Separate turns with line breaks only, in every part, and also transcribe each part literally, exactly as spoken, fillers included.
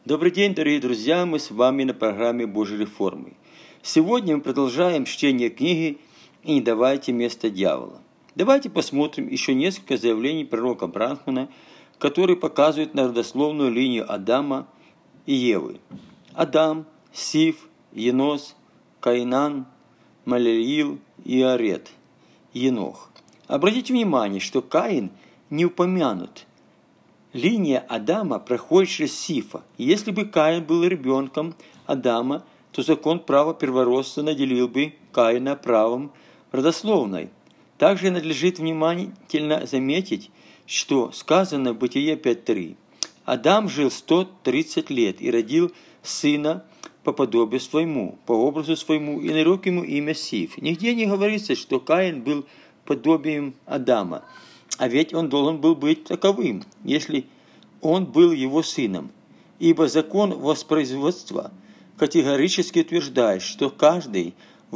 Добрый день, дорогие друзья, мы с вами на программе Божьей реформы. Сегодня мы продолжаем чтение книги «И не давайте место дьявола». Давайте посмотрим еще несколько заявлений пророка Бранхмана, которые показывают на родословную линию Адама и Евы. Адам, Сиф, Енос, Каинан, Малелиил, Иарет, Енох. Обратите внимание, что Каин не упомянут. Линия Адама проходит через Сифа. Если бы Каин был ребенком Адама, то закон права первородства наделил бы Каина правом родословной. Также надлежит внимательно заметить, что сказано в Бытие пять три. Адам жил сто тридцать лет и родил сына по подобию своему, по образу своему, и нарек ему имя Сиф. Нигде не говорится, что Каин был подобием Адама. А ведь он должен был быть таковым, если он был его сыном. Ибо закон воспроизводства категорически утверждает, что каждый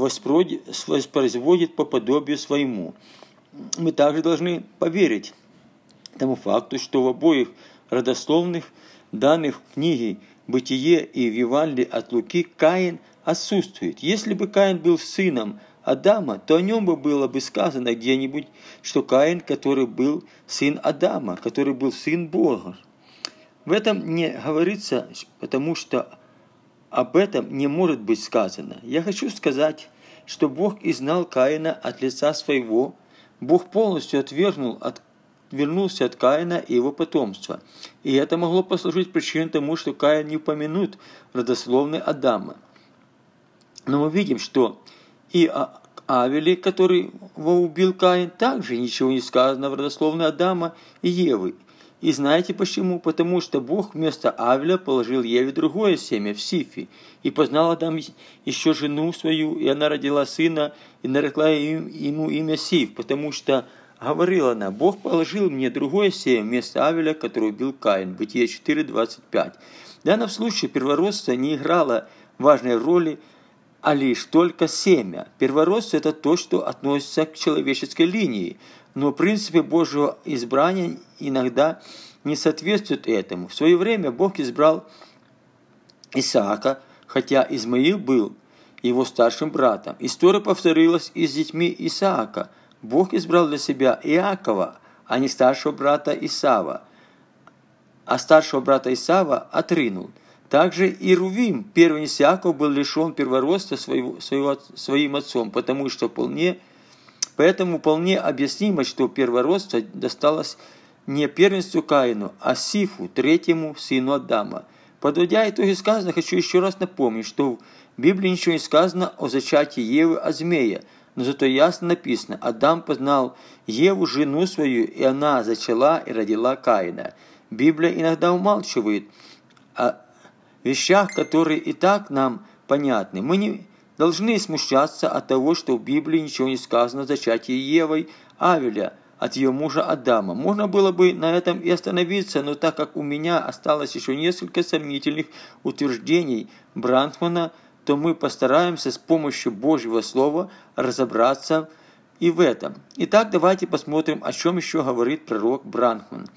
воспроизводит по подобию своему. Мы также должны поверить тому факту, что в обоих родословных данных в книге «Бытие» и в Евангелии от Луки Каин отсутствует. Если бы Каин был сыном Адама, то о нем бы было бы сказано где-нибудь, что Каин, который был сын Адама, который был сын Бога. В этом не говорится, потому что об этом не может быть сказано. Я хочу сказать, что Бог изгнал Каина от лица своего. Бог полностью отвергнул, отвернулся от Каина и его потомства. И это могло послужить причиной тому, что Каин не упомянут родословный Адама. Но мы видим, что и о Авеле, которого убил Каин, также ничего не сказано в родословной Адама и Евы. И знаете почему? Потому что Бог вместо Авеля положил Еве другое семя в Сифе. И познал Адам еще жену свою, и она родила сына, и нарекла ему имя Сиф, потому что говорила она: Бог положил мне другое семя вместо Авеля, который убил Каин. Бытие четыре двадцать пять. В данном случае первородство не играло важной роли, а лишь только семя. Первородство – это то, что относится к человеческой линии, но в принципе Божьего избрания иногда не соответствует этому. В свое время Бог избрал Исаака, хотя Измаил был его старшим братом. История повторилась и с детьми Исаака. Бог избрал для себя Иакова, а не старшего брата Исава, а старшего брата Исава отринул. Также и Рувим, первенец Иакова, был лишен первородства своего, своего, своим отцом, потому что вполне, поэтому вполне объяснимо, что первородство досталось не первенству Каину, а Сифу, третьему сыну Адама. Подводя итоги сказанного, хочу еще раз напомнить, что в Библии ничего не сказано о зачатии Евы от змея, но зато ясно написано: Адам познал Еву, жену свою, и она зачала и родила Каина. Библия иногда умалчивает о вещах, которые и так нам понятны. Мы не должны смущаться от того, что в Библии ничего не сказано о зачатии Евой Авеля от ее мужа Адама. Можно было бы на этом и остановиться, но так как у меня осталось еще несколько сомнительных утверждений Бранхмана, то мы постараемся с помощью Божьего Слова разобраться и в этом. Итак, давайте посмотрим, о чем еще говорит пророк Бранхман.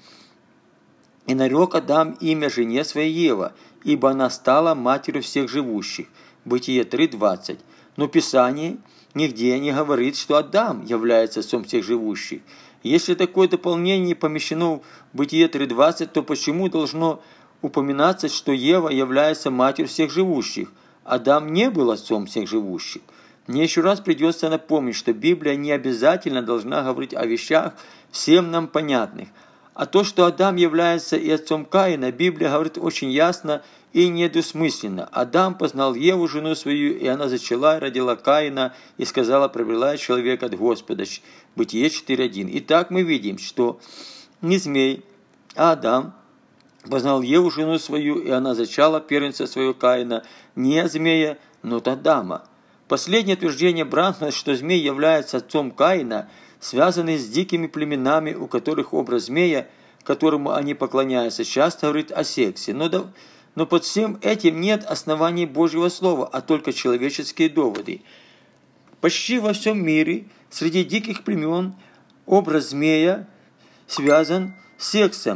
«И нарек Адам имя жене своей Ева, ибо она стала матерью всех живущих». Бытие три двадцать. Но Писание нигде не говорит, что Адам является отцом всех живущих. Если такое дополнение помещено в Бытие три двадцать, то почему должно упоминаться, что Ева является матерью всех живущих? Адам не был отцом всех живущих. Мне еще раз придется напомнить, что Библия не обязательно должна говорить о вещах всем нам понятных. А то, что Адам является и отцом Каина, Библия говорит очень ясно и недвусмысленно. Адам познал Еву, жену свою, и она зачала и родила Каина, и сказала: «Приобрела человек от Господа». Бытие четыре один. Итак, мы видим, что не змей, а Адам познал Еву, жену свою, и она зачала первенца своего Каина, не змея, но от Адама. Последнее утверждение Бранхмана, что змей является отцом Каина, связанный с дикими племенами, у которых образ змея, которому они поклоняются, часто говорит о сексе. Но, да, но под всем этим нет оснований Божьего Слова, а только человеческие доводы. Почти во всем мире, среди диких племен, образ змея связан с сексом.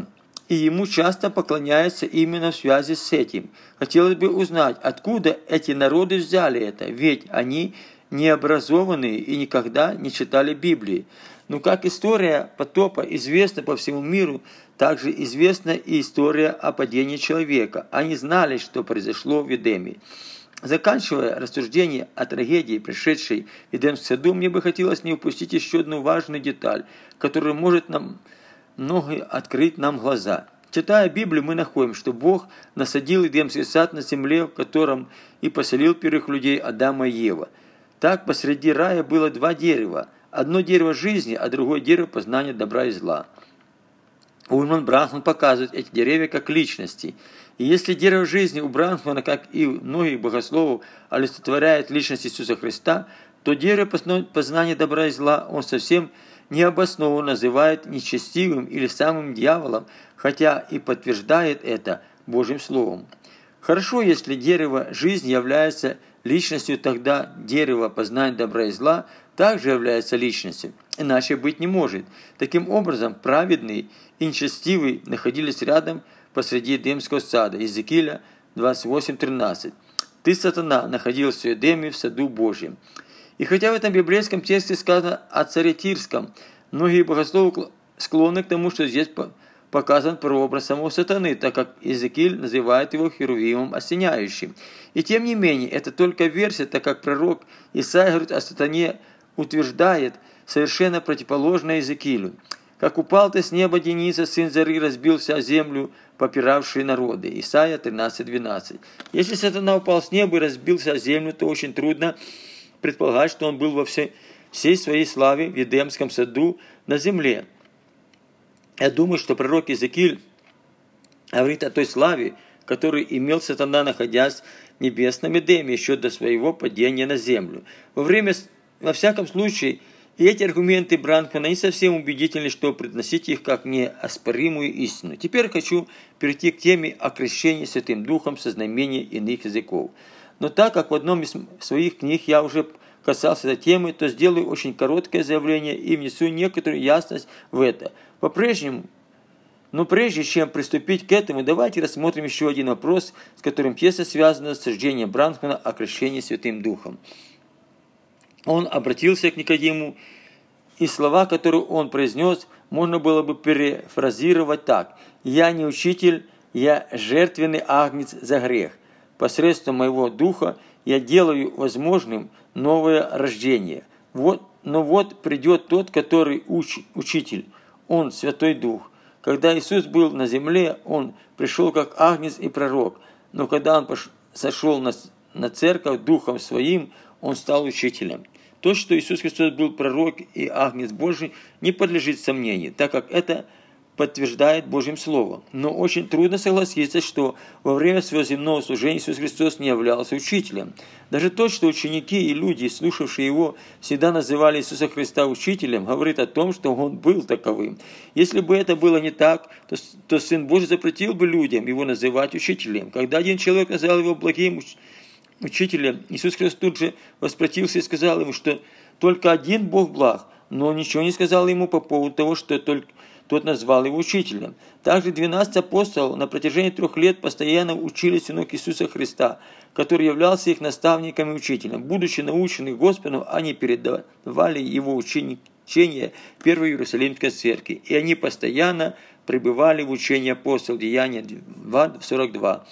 и ему часто поклоняются именно в связи с этим. Хотелось бы узнать, откуда эти народы взяли это, ведь они необразованные и никогда не читали Библии. Но как история потопа известна по всему миру, также известна и история о падении человека. Они знали, что произошло в Эдеме. Заканчивая рассуждение о трагедии, пришедшей в Эдемском саду, мне бы хотелось не упустить еще одну важную деталь, которая может нам многое открыть нам глаза. Читая Библию, мы находим, что Бог насадил Эдемский сад на земле, в котором и поселил первых людей Адама и Ева. Так посреди рая было два дерева. Одно дерево жизни, а другое дерево познания добра и зла. Ульман Бранхман показывает эти деревья как личности. И если дерево жизни у Бранхмана, как и у многих богословов, олицетворяет личность Иисуса Христа, то дерево познания добра и зла он совсем необоснованно называет нечестивым или самым дьяволом, хотя и подтверждает это Божьим Словом. Хорошо, если дерево жизни является личностью, тогда дерево познания добра и зла также является личностью, иначе быть не может. Таким образом, праведный и нечестивый находились рядом посреди Эдемского сада. Иезекииля двадцать восемь тринадцать. «Ты, сатана, находился в Эдеме, в саду Божьем». И хотя в этом библейском тексте сказано о царе Тирском, многие богословы склонны к тому, что здесь показан прообраз самого сатаны, так как Иезекииль называет его херувимом осеняющим. И тем не менее, это только версия, так как пророк Исаия говорит о сатане, утверждает совершенно противоположное Иезекиилю. «Как упал ты с неба, Дениса, сын Зары, разбился о землю, попиравшие народы». Исайя тринадцать двенадцать. Если сатана упал с неба и разбился о землю, то очень трудно предполагать, что он был во всей, всей своей славе в Эдемском саду на земле. Я думаю, что пророк Иезекииль говорит о той славе, которую имел сатана, находясь в небесном Эдеме еще до своего падения на землю. Во время, во всяком случае, и эти аргументы Бранхмана не совсем убедительны, чтобы приносить их как неоспоримую истину. Теперь хочу перейти к теме о крещении Святым Духом со знамением иных языков. Но так как в одном из своих книг я уже касался этой темы, то сделаю очень короткое заявление и внесу некоторую ясность в это. По-прежнему, но прежде чем приступить к этому, давайте рассмотрим еще один вопрос, с которым тесно связано суждение Бранхмана о крещении Святым Духом. Он обратился к Никодиму, и слова, которые он произнес, можно было бы перефразировать так: «Я не учитель, я жертвенный агнец за грех. Посредством моего духа я делаю возможным новое рождение. Вот, но вот придет тот, который уч, учитель, он Святой Дух. Когда Иисус был на земле, он пришел как агнец и пророк, но когда он пош, сошел на, на церковь духом своим, он стал учителем». То, что Иисус Христос был пророк и агнец Божий, не подлежит сомнению, так как это подтверждает Божьим Словом. Но очень трудно согласиться, что во время своего земного служения Иисус Христос не являлся учителем. Даже то, что ученики и люди, слушавшие Его, всегда называли Иисуса Христа учителем, говорит о том, что Он был таковым. Если бы это было не так, то, то Сын Божий запретил бы людям Его называть учителем. Когда один человек назвал Его благим учителем, Иисус Христос тут же воспротивился и сказал ему, что только один Бог благ, но ничего не сказал ему по поводу того, что только тот назвал его учителем. Также двенадцать апостолов на протяжении трех лет постоянно учились у ног Иисуса Христа, который являлся их наставником и учителем. Будучи научены Господом, они передавали его учение Первой Иерусалимской церкви, и они постоянно пребывали в учении апостолов. Деяния два сорок два.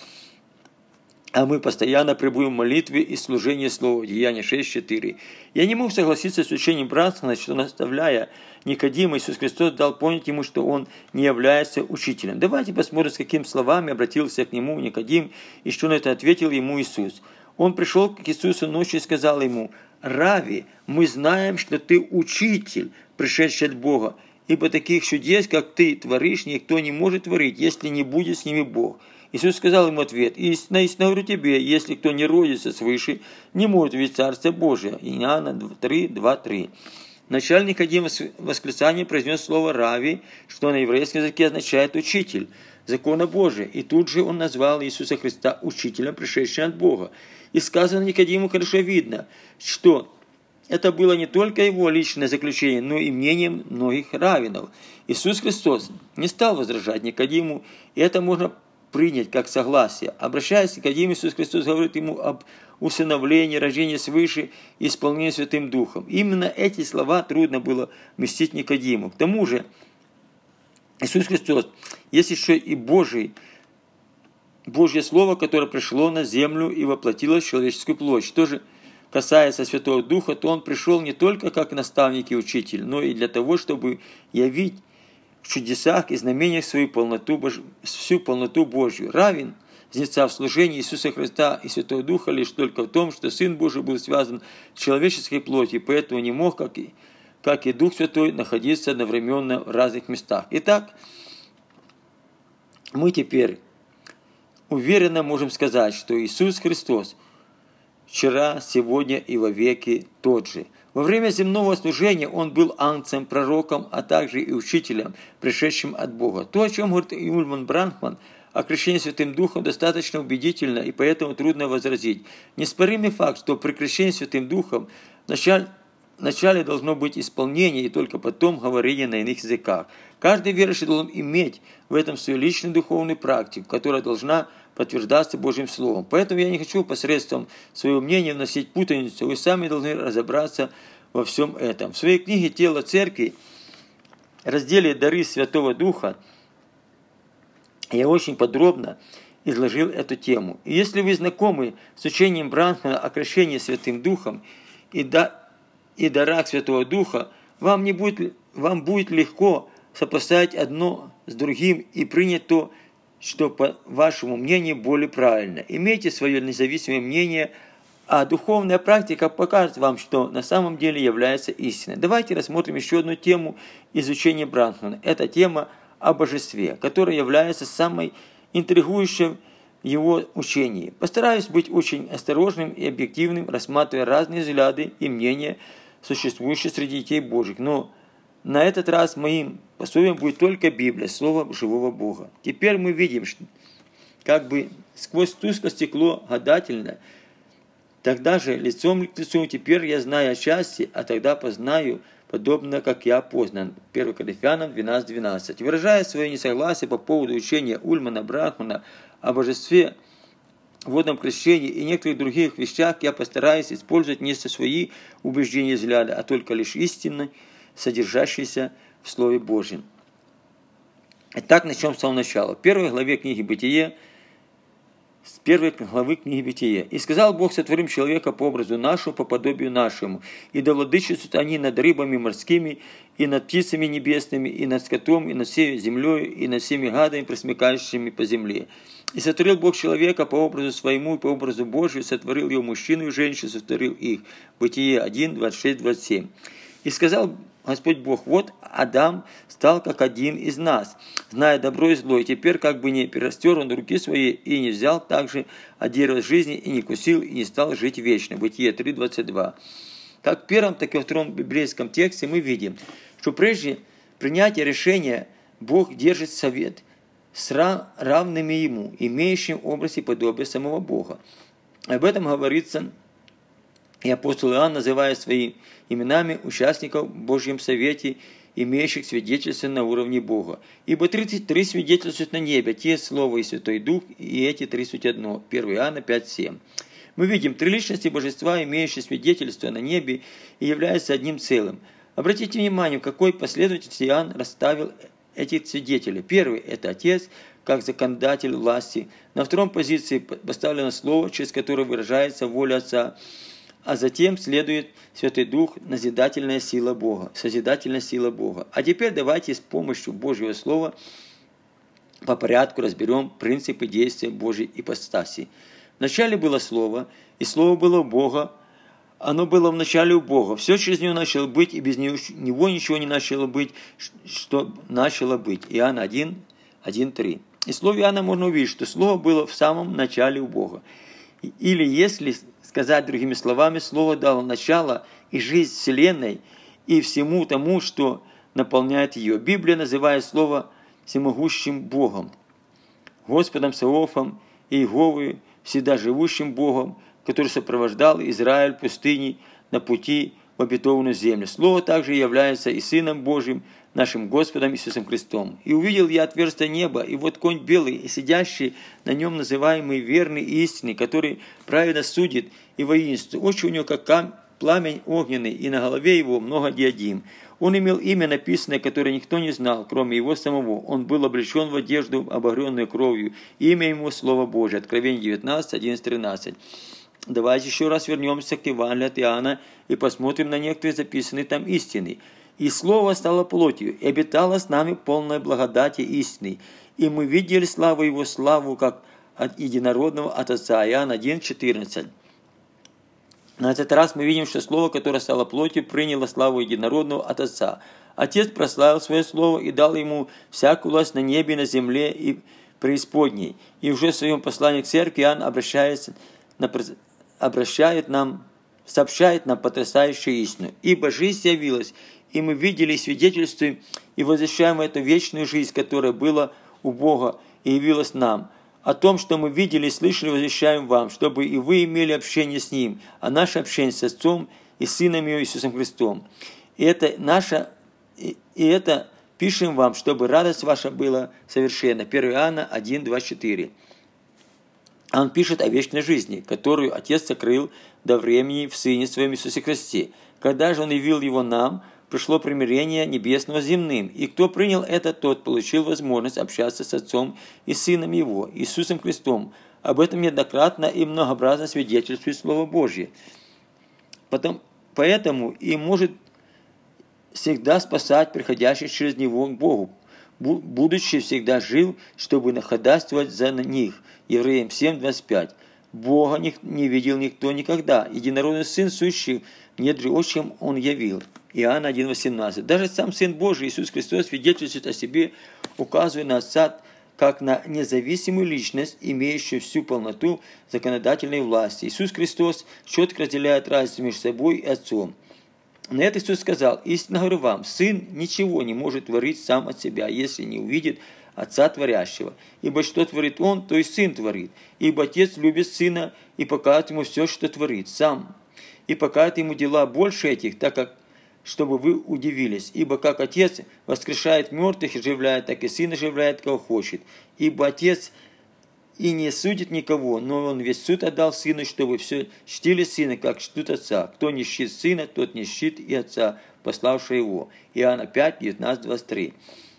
А мы постоянно пребываем в молитве и служении Слова. Деяния шесть четыре. Я не мог согласиться с учением Бранхмана, что, наставляя Никодима, Иисус Христос дал понять ему, что он не является учителем. Давайте посмотрим, с какими словами обратился к нему Никодим, и что на это ответил ему Иисус. Он пришел к Иисусу ночью и сказал ему: «Рави, мы знаем, что ты учитель, пришедший от Бога, ибо таких чудес, как ты творишь, никто не может творить, если не будет с ними Бог». Иисус сказал ему ответ: «Истинно, истинно говорю тебе, если кто не родится свыше, не может видеть Царство Божие». Иоанна три два три. Вначале Никодим в восклицании произнес слово «рави», что на еврейском языке означает «учитель» закона Божия, и тут же он назвал Иисуса Христа учителем, пришедшим от Бога. И сказано Никодиму хорошо видно, что это было не только его личное заключение, но и мнением многих раввинов. Иисус Христос не стал возражать Никодиму, и это можно принять как согласие. Обращаясь к Никодиму, Иисус Христос говорит ему об усыновлении, рождении свыше и исполнении Святым Духом. Именно эти слова трудно было вместить Никодиму. К тому же Иисус Христос есть еще и Божий, Божье Слово, которое пришло на землю и воплотилось в человеческую плоть. Что же касается Святого Духа, то Он пришел не только как наставник и учитель, но и для того, чтобы явить в чудесах и знамениях свою полноту, всю полноту Божью. Равен жнеца в служении Иисуса Христа и Святого Духа лишь только в том, что Сын Божий был связан с человеческой плотью, поэтому не мог, как и, как и Дух Святой, находиться одновременно в разных местах. Итак, мы теперь уверенно можем сказать, что Иисус Христос вчера, сегодня и во веки тот же. Во время земного служения Он был ангцем, пророком, а также и учителем, пришедшим от Бога. То, о чем говорит Ульман Бранхман, о крещении Святым Духом, достаточно убедительно, и поэтому трудно возразить. Неспоримый факт, что при крещении Святым Духом вначале, вначале должно быть исполнение, и только потом говорение на иных языках. Каждый верующий должен иметь в этом свою личную духовную практику, которая должна подтверждаться Божьим Словом. Поэтому я не хочу посредством своего мнения вносить путаницу, вы сами должны разобраться во всем этом. В своей книге «Тело Церкви», разделе «Дары Святого Духа», я очень подробно изложил эту тему. И если вы знакомы с учением Бранхмана о крещении Святым Духом и, да, и дарах Святого Духа, вам, не будет, вам будет легко сопоставить одно с другим и принять то, что, по вашему мнению, более правильно. Имейте свое независимое мнение, а духовная практика покажет вам, что на самом деле является истиной. Давайте рассмотрим еще одну тему изучения Бранхмана. Это тема о божестве, которая является самой интригующей в его учении. Постараюсь быть очень осторожным и объективным, рассматривая разные взгляды и мнения, существующие среди детей Божьих. Но на этот раз моим пособием будет только Библия, Слово живого Бога. Теперь мы видим, что как бы сквозь тусклое стекло гадательно, тогда же лицом к лицу, теперь я знаю отчасти, а тогда познаю, подобно как я познан. первое Коринфянам двенадцать двенадцать. Выражая свое несогласие по поводу учения Ульмана Бранхмана о божестве, водном крещении и некоторых других вещах, я постараюсь использовать не свои убеждения и взгляды, а только лишь истинно содержащиеся в Слове Божьем. Итак, начнем с самого начала. В первой главе книги «Бытие», с первой главы книги «Бытие». «И сказал Бог: сотворим человека по образу нашему, по подобию нашему, и да владычествуют они над рыбами морскими, и над птицами небесными, и над скотом, и над всей землей, и над всеми гадами, пресмыкающими по земле. И сотворил Бог человека по образу своему и по образу Божию, сотворил его мужчину и женщину, сотворил их». Бытие один, двадцать шесть, двадцать семь. «И сказал Господь Бог: вот Адам стал как один из нас, зная добро и зло, и теперь как бы не перерастер он руки свои, и не взял также от дерева жизни, и не кусил, и не стал жить вечно». Бытие три, двадцать два. Как в первом, так и во втором библейском тексте мы видим, что прежде принятия решения Бог держит совет с равными Ему, имеющим образ и подобие самого Бога. Об этом говорится, и апостол Иоанн, называя своими именами участников в Божьем совете, имеющих свидетельство на уровне Бога. Ибо тридцать три свидетельствуют на небе, те Слово и Святой Дух, и эти три суть одно. первое Иоанна пять, семь. Мы видим три личности Божества, имеющие свидетельство на небе, и являются одним целым. Обратите внимание, в какой последовательности Иоанн расставил этих свидетелей. Первый – это Отец, как законодатель власти. На втором позиции поставлено Слово, через которое выражается воля Отца. А затем следует Святой Дух, назидательная сила Бога, созидательная сила Бога. А теперь давайте с помощью Божьего Слова по порядку разберем принципы действия Божьей ипостаси. Вначале было Слово, и Слово было у Бога, оно было вначале у Бога. Все через него начало быть, и без него ничего не начало быть, что начало быть. Иоанн один, один, три. И в слове Иоанна можно увидеть, что Слово было в самом начале у Бога. Или, если сказать другими словами, Слово дало начало и жизнь Вселенной и всему тому, что наполняет ее. Библия называет Слово всемогущим Богом, Господом Саваофом и Иеговой, всегда живущим Богом, который сопровождал Израиль в пустыне на пути в в обетованную землю. Слово также является и Сыном Божьим, нашим Господом Иисусом Христом. И увидел я отверстие неба, и вот конь белый, и сидящий на нем называемый верный и истинный, который праведно судит и воинствует. Очи у него, как кам... пламень огненный, и на голове его много диадим. Он имел имя написанное, которое никто не знал, кроме его самого. Он был облечен в одежду, обогренную кровью. Имя ему Слово Божие. Откровение девятнадцать, одиннадцать, тринадцать. Давайте еще раз вернемся к Евангелию от Иоанна и посмотрим на некоторые записанные там истины. «И Слово стало плотью, и обитало с нами полной благодати истины. И мы видели славу Его, славу, как от единородного от Отца». Иоанн один, четырнадцать. На этот раз мы видим, что Слово, которое стало плотью, приняло славу единородного от Отца. Отец прославил свое Слово и дал ему всякую власть на небе, на земле и преисподней. И уже в своем послании к церкви Иоанн обращается, на, обращает нам, сообщает нам потрясающую истину. «Ибо жизнь явилась, и мы видели, и свидетельствуем, и возвещаем эту вечную жизнь, которая была у Бога и явилась нам. О том, что мы видели и слышали, возвещаем вам, чтобы и вы имели общение с Ним, а наше общение с Отцом и Сыном Его Иисусом Христом. И это, наша, и, и это пишем вам, чтобы радость ваша была совершенна». первое Иоанна один, двадцать четыре. Он пишет о вечной жизни, которую Отец сокрыл до времени в Сыне Своем Иисусе Христе. Когда же Он явил Его нам, пришло примирение небесного с земным. И кто принял это, тот получил возможность общаться с Отцом и Сыном Его, Иисусом Христом. Об этом неоднократно и многообразно свидетельствует Слово Божье. Потом, поэтому и может всегда спасать приходящих через Него к Богу, будучи всегда жив, чтобы находяствовать за них. Евреям семь, двадцать пять. Бога не видел никто никогда. Единородный Сын, сущий в недре отчим, Он явил. Иоанна один, восемнадцать. Даже сам Сын Божий, Иисус Христос, свидетельствует о себе, указывая на Отца как на независимую личность, имеющую всю полноту законодательной власти. Иисус Христос четко разделяет разницу между собой и Отцом. На это Иисус сказал: «Истинно говорю вам, Сын ничего не может творить сам от себя, если не увидит Отца Творящего. Ибо что творит Он, то и Сын творит. Ибо Отец любит Сына и показывает Ему все, что творит сам. И показывает Ему дела больше этих, так как чтобы вы удивились. Ибо как Отец воскрешает мертвых и оживляет, так и Сын оживляет, кого хочет. Ибо Отец и не судит никого, но Он весь суд отдал Сыну, чтобы все чтили Сына, как чтут Отца. Кто не чтит Сына, тот не чтит и Отца, пославшего Его». Иоанна пять, девятнадцать, двадцать три.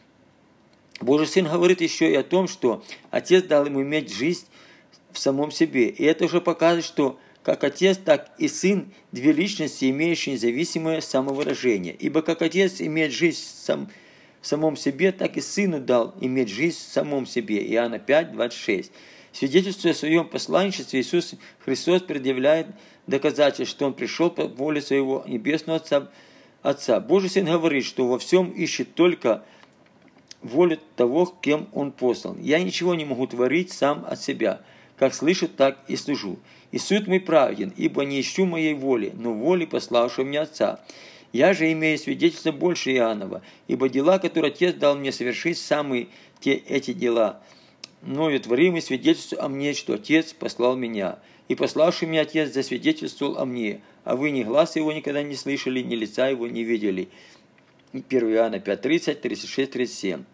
Божий Сын говорит еще и о том, что Отец дал Ему иметь жизнь в самом себе. И это уже показывает, что как Отец, так и Сын – две личности, имеющие независимое самовыражение. Ибо как Отец имеет жизнь сам, в самом себе, так и Сыну дал иметь жизнь в самом себе. Иоанна пять, двадцать шесть. Свидетельствуя о своем посланничестве, Иисус Христос предъявляет доказательство, что Он пришел по воле Своего Небесного Отца. Отца. Божий Сын говорит, что во всем ищет только волю того, кем Он послан. «Я ничего не могу творить сам от себя. Как слышу, так и служу. И суд мой праведен, ибо не ищу моей воли, но воли пославшего меня Отца. Я же имею свидетельство больше Иоаннова, ибо дела, которые Отец дал мне совершить, самые те эти дела, мною творимые свидетельствуют о мне, что Отец послал меня. И пославший меня Отец засвидетельствовал о мне, а вы ни гласа Его никогда не слышали, ни лица Его не видели». первое Иоанна пять, тридцать, тридцать шесть, тридцать семь.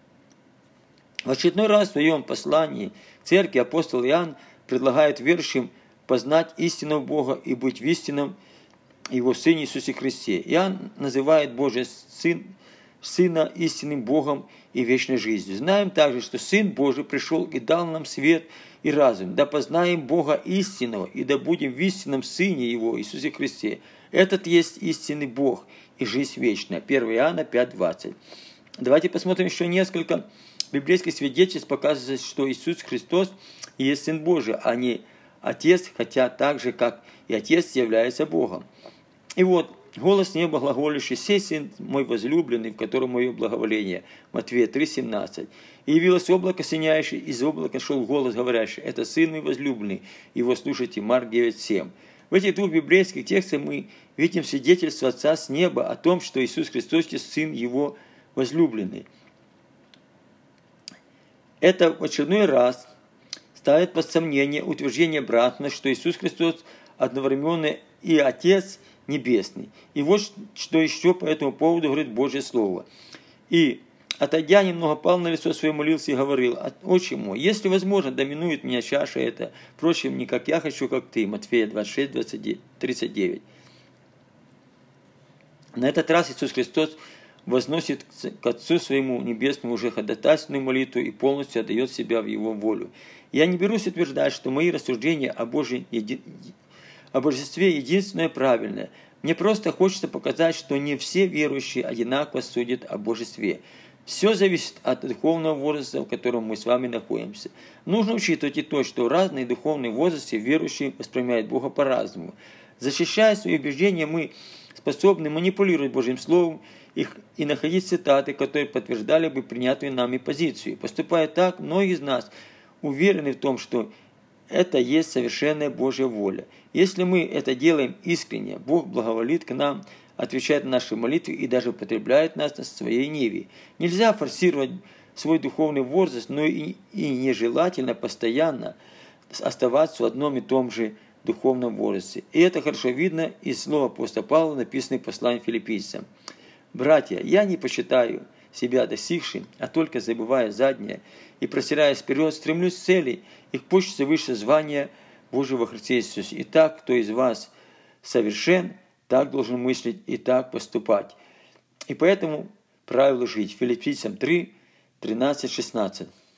В очередной раз в своем послании к церкви апостол Иоанн предлагает верующим познать истинного Бога и быть в истинном Его Сыне Иисусе Христе. Иоанн называет Божий Сын, Сына истинным Богом и вечной жизнью. Знаем также, что Сын Божий пришел и дал нам свет и разум. Да познаем Бога истинного, и да будем в истинном Сыне Его, Иисусе Христе. Этот есть истинный Бог и жизнь вечная. первое Иоанна пять, двадцать. Давайте посмотрим еще несколько библейских свидетельств, показывает, что Иисус Христос есть Сын Божий, а не Отец, хотя так же, как и Отец, является Богом. И вот, голос неба глаголющий: «Сей Сын мой возлюбленный, в котором мое благоволение». Матфея три, семнадцать. «И явилось облако сияющее, из облака шел голос, говорящий: это Сын мой возлюбленный, его слушайте». Марк девять, семь. В этих двух библейских текстах мы видим свидетельство Отца с неба о том, что Иисус Христос есть Сын Его возлюбленный. Это в очередной раз ставит под сомнение утверждение обратно, что Иисус Христос одновременно и Отец, небесный. И вот что еще по этому поводу говорит Божье Слово. И, отойдя немного, пал на лицо свое, молился и говорил: «Отче мой, если возможно, доминует меня чаша эта, впрочем, не как я хочу, как ты». Матфея двадцать шесть, тридцать девять. На этот раз Иисус Христос возносит к Отцу своему Небесному уже ходатайственную молитву и полностью отдает себя в Его волю. Я не берусь утверждать, что мои рассуждения о, Божьей, о Божестве единственное правильное. Мне просто хочется показать, что не все верующие одинаково судят о Божестве. Все зависит от духовного возраста, в котором мы с вами находимся. Нужно учитывать и то, что разные духовные возрасты верующие воспринимают Бога по-разному. Защищая свои убеждения, мы способны манипулировать Божьим Словом их и находить цитаты, которые подтверждали бы принятую нами позицию. Поступая так, многие из нас уверены в том, что это есть совершенная Божья воля. Если мы это делаем искренне, Бог благоволит к нам, отвечает на наши молитвы и даже употребляет нас на своей ниве. Нельзя форсировать свой духовный возраст, но и, и нежелательно постоянно оставаться в одном и том же духовном возрасте. И это хорошо видно из слова апостола Павла, написанного в послании филиппийцам. «Братья, я не почитаю себя достигшим, а только забывая заднее и простираясь вперед, стремлюсь к цели и к почте выше звания Божьего во Христе Иисусе. Итак, кто из вас совершен, так должен мыслить и так поступать». И поэтому правило жить. Филиппийцам три, тринадцать, шестнадцать.